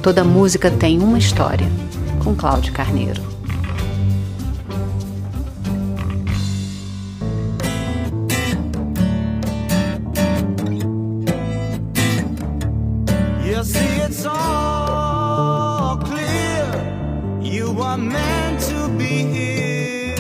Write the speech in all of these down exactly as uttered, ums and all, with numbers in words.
Toda música tem uma história, com Cláudio Carneiro. You see, it's all clear. You are meant to be here.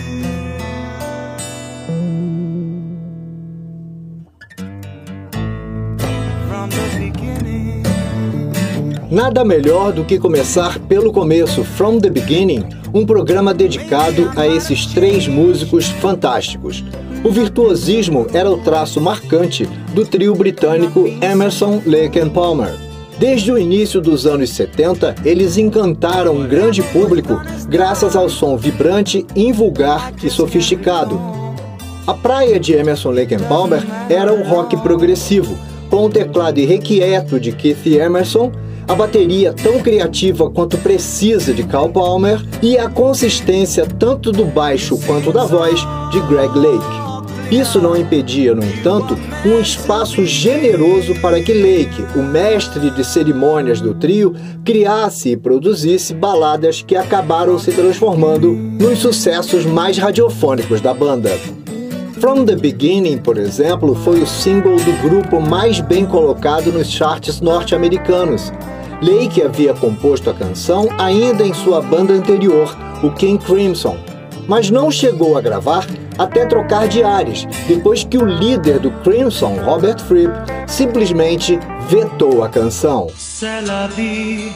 From the beginning. Nada melhor do que começar pelo começo, From the Beginning, um programa dedicado a esses três músicos fantásticos. O virtuosismo era o traço marcante do trio britânico Emerson, Lake and Palmer. Desde o início dos anos setenta, eles encantaram um grande público graças ao som vibrante, invulgar e sofisticado. A praia de Emerson, Lake and Palmer era o rock progressivo, com o teclado irrequieto de Keith Emerson, a bateria tão criativa quanto precisa de Carl Palmer e a consistência tanto do baixo quanto da voz de Greg Lake. Isso não impedia, no entanto, um espaço generoso para que Lake, o mestre de cerimônias do trio, criasse e produzisse baladas que acabaram se transformando nos sucessos mais radiofônicos da banda. From the Beginning, por exemplo, foi o single do grupo mais bem colocado nos charts norte-americanos. Lake havia composto a canção ainda em sua banda anterior, o King Crimson, mas não chegou a gravar até trocar de ares, depois que o líder do Crimson, Robert Fripp, simplesmente vetou a canção. C'est la vie.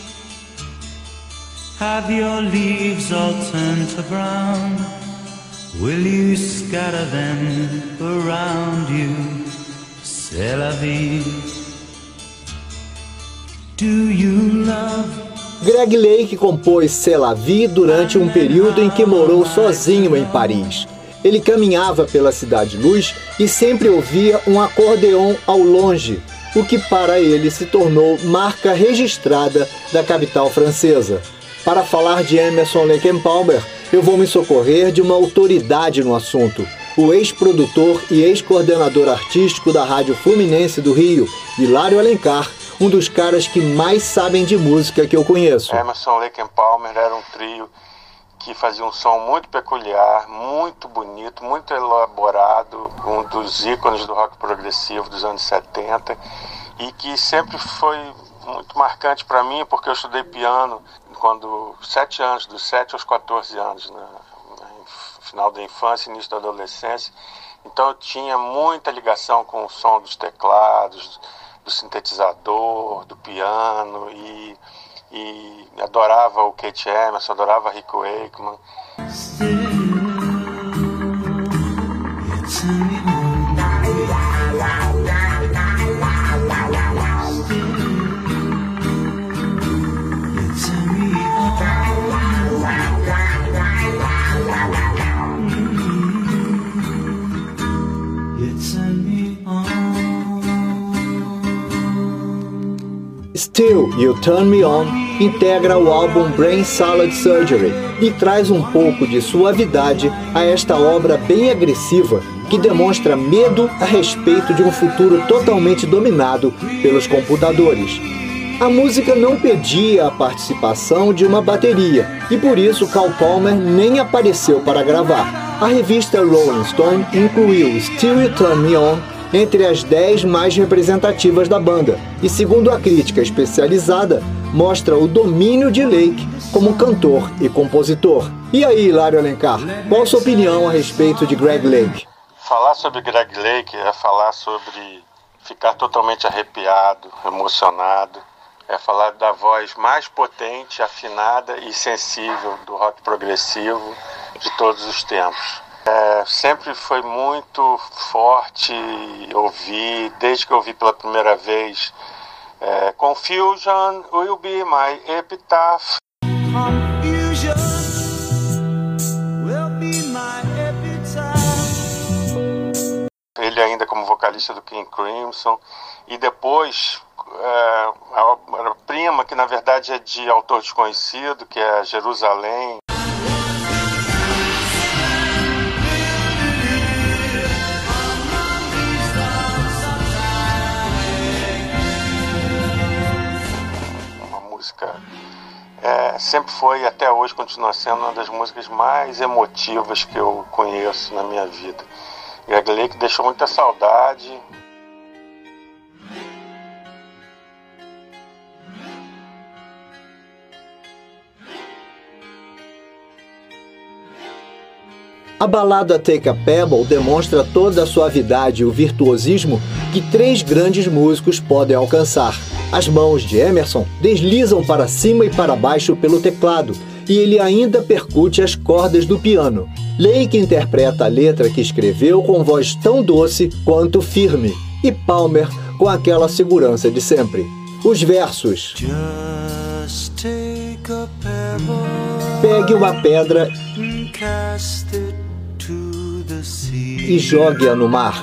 Have your leaves all turned to brown? Will you scatter them around you? C'est la vie. Do you love? Greg Lake compôs C'est la vie durante um período em que morou sozinho em Paris. Ele caminhava pela Cidade Luz e sempre ouvia um acordeon ao longe, o que para ele se tornou marca registrada da capital francesa. Para falar de Emerson, Lake and Palmer, eu vou me socorrer de uma autoridade no assunto, o ex-produtor e ex-coordenador artístico da Rádio Fluminense do Rio, Hilário Alencar, um dos caras que mais sabem de música que eu conheço. Emerson, Lake and Palmer era um trio que fazia um som muito peculiar, muito bonito, muito elaborado, um dos ícones do rock progressivo dos anos setenta, e que sempre foi muito marcante para mim, porque eu estudei piano quando sete anos, dos sete aos quatorze anos, né? No final da infância, início da adolescência. Então eu tinha muita ligação com o som dos teclados, do sintetizador, do piano, e, e adorava o Keith Emerson, adorava Rick Wakeman. Still You Turn Me On integra o álbum Brain Salad Surgery e traz um pouco de suavidade a esta obra bem agressiva que demonstra medo a respeito de um futuro totalmente dominado pelos computadores. A música não pedia a participação de uma bateria e por isso Carl Palmer nem apareceu para gravar. A revista Rolling Stone incluiu Still You Turn Me On entre as dez mais representativas da banda, e segundo a crítica especializada, mostra o domínio de Lake como cantor e compositor. E aí, Hilário Alencar, qual a sua opinião a respeito de Greg Lake? Falar sobre Greg Lake é falar sobre ficar totalmente arrepiado, emocionado, é falar da voz mais potente, afinada e sensível do rock progressivo de todos os tempos. É, sempre foi muito forte ouvir, desde que eu ouvi pela primeira vez, é, Confusion Will Be My Epitaph. Confusion will be my epitaph. Ele ainda como vocalista do King Crimson, e depois é, a prima, que na verdade é de autor desconhecido, que é Jerusalém. sempre foi e até hoje continua sendo uma das músicas mais emotivas que eu conheço na minha vida. Greg Lake deixou muita saudade. A balada Take a Pebble demonstra toda a suavidade e o virtuosismo que três grandes músicos podem alcançar. As mãos de Emerson deslizam para cima e para baixo pelo teclado, e ele ainda percute as cordas do piano. Lake interpreta a letra que escreveu com voz tão doce quanto firme, e Palmer com aquela segurança de sempre. Os versos: Just take a pebble, pegue uma pedra cast it to the sea, e jogue-a no mar,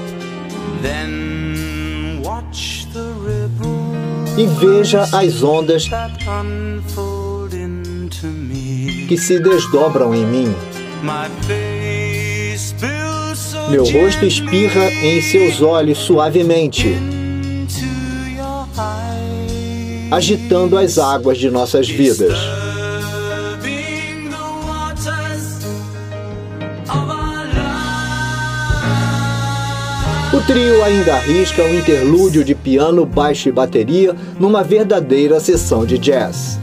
then watch the ripples e veja as ondas that unfold into me. que se desdobram em mim. My face spills so Meu rosto espirra em seus olhos suavemente, into your eyes, agitando as águas de nossas vidas. disturbing the waters of our lives. O trio ainda arrisca um interlúdio de piano, baixo e bateria numa verdadeira sessão de jazz.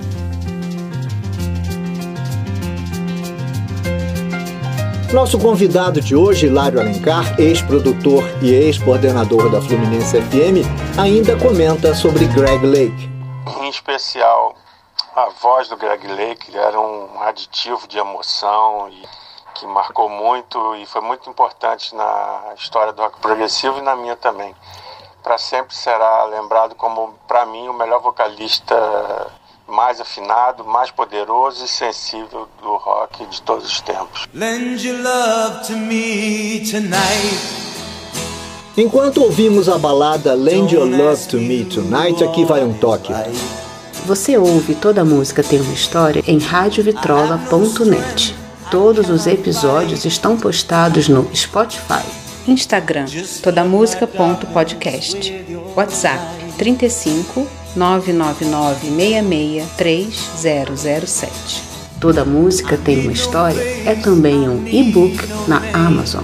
Nosso convidado de hoje, Hilário Alencar, ex-produtor e ex-coordenador da Fluminense F M, ainda comenta sobre Greg Lake. Em especial, a voz do Greg Lake era um aditivo de emoção e que marcou muito e foi muito importante na história do rock progressivo e na minha também. Para sempre será lembrado como, para mim, o melhor vocalista mais afinado, mais poderoso e sensível do rock de todos os tempos. Lend your love to me tonight. Enquanto ouvimos a balada Lend Your Love to Me Tonight, aqui vai um toque. Você ouve Toda Música Tem Uma História em rádio vitrola ponto net. Todos os episódios estão postados no Spotify, Instagram, todamusica ponto podcast, WhatsApp trinta e cinco, nove nove nove, seis seis, três zero zero sete. Toda Música Tem Uma História é também um e-book na Amazon.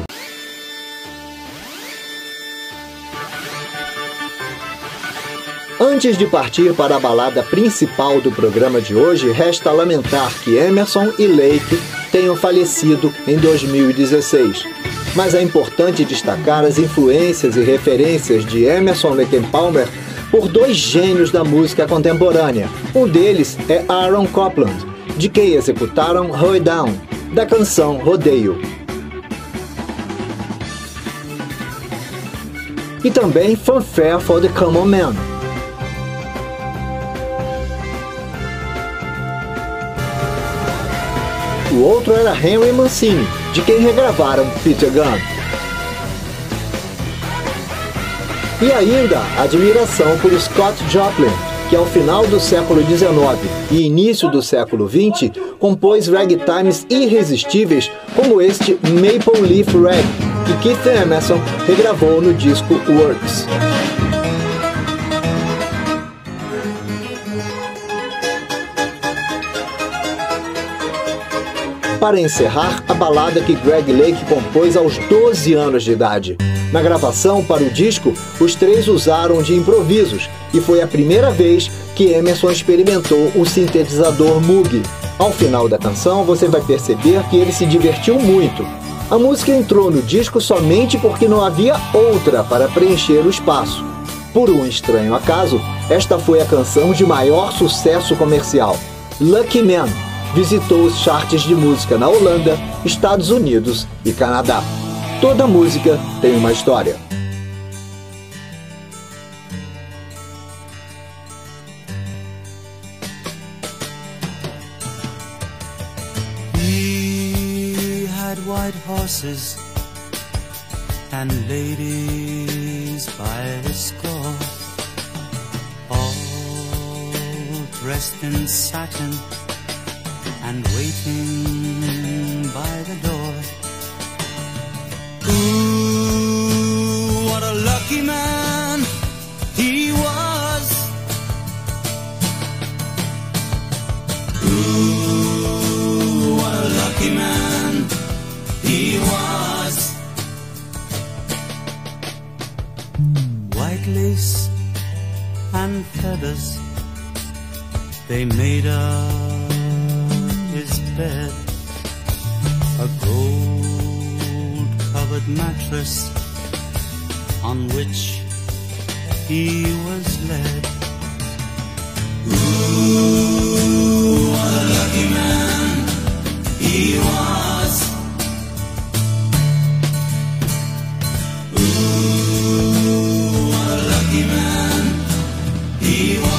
Antes de partir para a balada principal do programa de hoje, resta lamentar que Emerson e Lake tenham falecido em dois mil e dezesseis. Mas é importante destacar as influências e referências de Emerson, Lake e Palmer por dois gênios da música contemporânea. Um deles é Aaron Copland, de quem executaram Hold Down, da canção Rodeio. E também Fanfare for the Common Man. O outro era Henry Mancini, de quem regravaram Peter Gunn. E ainda admiração por Scott Joplin, que ao final do século dezenove e início do século vinte compôs ragtimes irresistíveis como este Maple Leaf Rag, que Keith Emerson regravou no disco Works. Para encerrar, a balada que Greg Lake compôs aos doze anos de idade. Na gravação para o disco, os três usaram de improvisos e foi a primeira vez que Emerson experimentou o sintetizador Moog. Ao final da canção, você vai perceber que ele se divertiu muito. A música entrou no disco somente porque não havia outra para preencher o espaço. Por um estranho acaso, esta foi a canção de maior sucesso comercial. Lucky Man visitou os charts de música na Holanda, Estados Unidos e Canadá. Toda música tem uma história. He had white horses and ladies by the score, all dressed in satin and waiting by the door. Ooh, what a lucky man he was. Ooh, and feathers, they made up his bed. A gold-covered mattress on which he was led. Ooh, what a lucky man he was. Ooh, what a lucky man he was.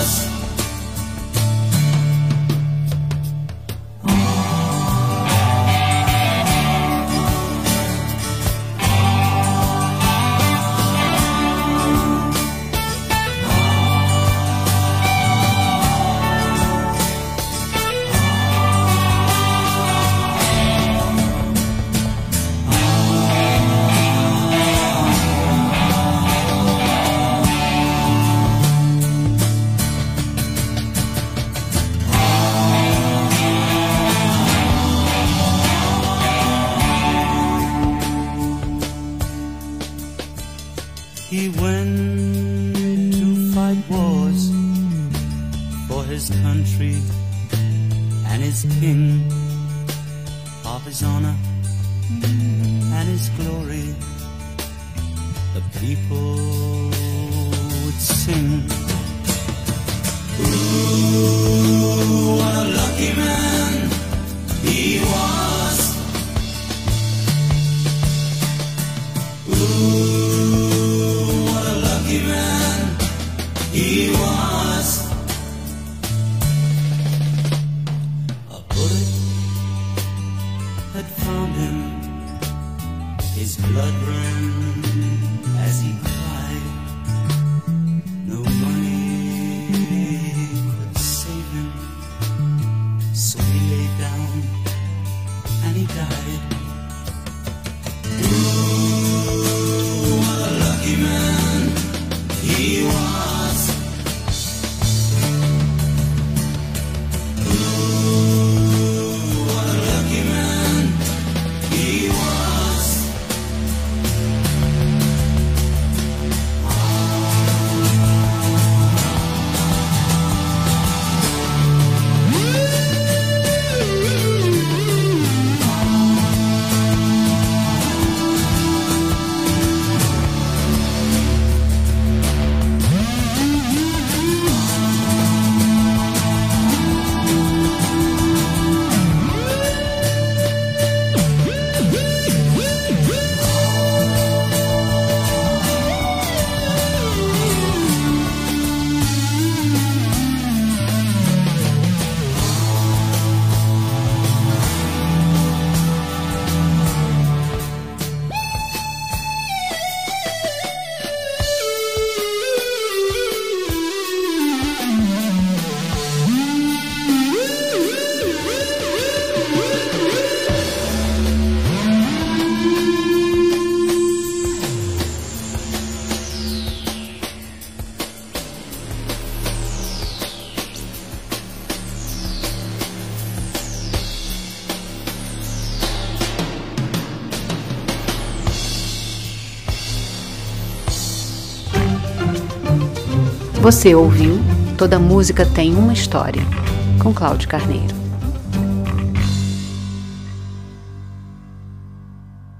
He went to fight wars for his country and his king, of his honor and his glory. The people would sing. Ooh, what a lucky man he was. Ooh, he was. A bullet had found him. His blood ran as he cried. No money could save him, so he lay down and he died. Ooh, what a lucky man he was. Você ouviu Toda Música Tem Uma História, com Cláudio Carneiro.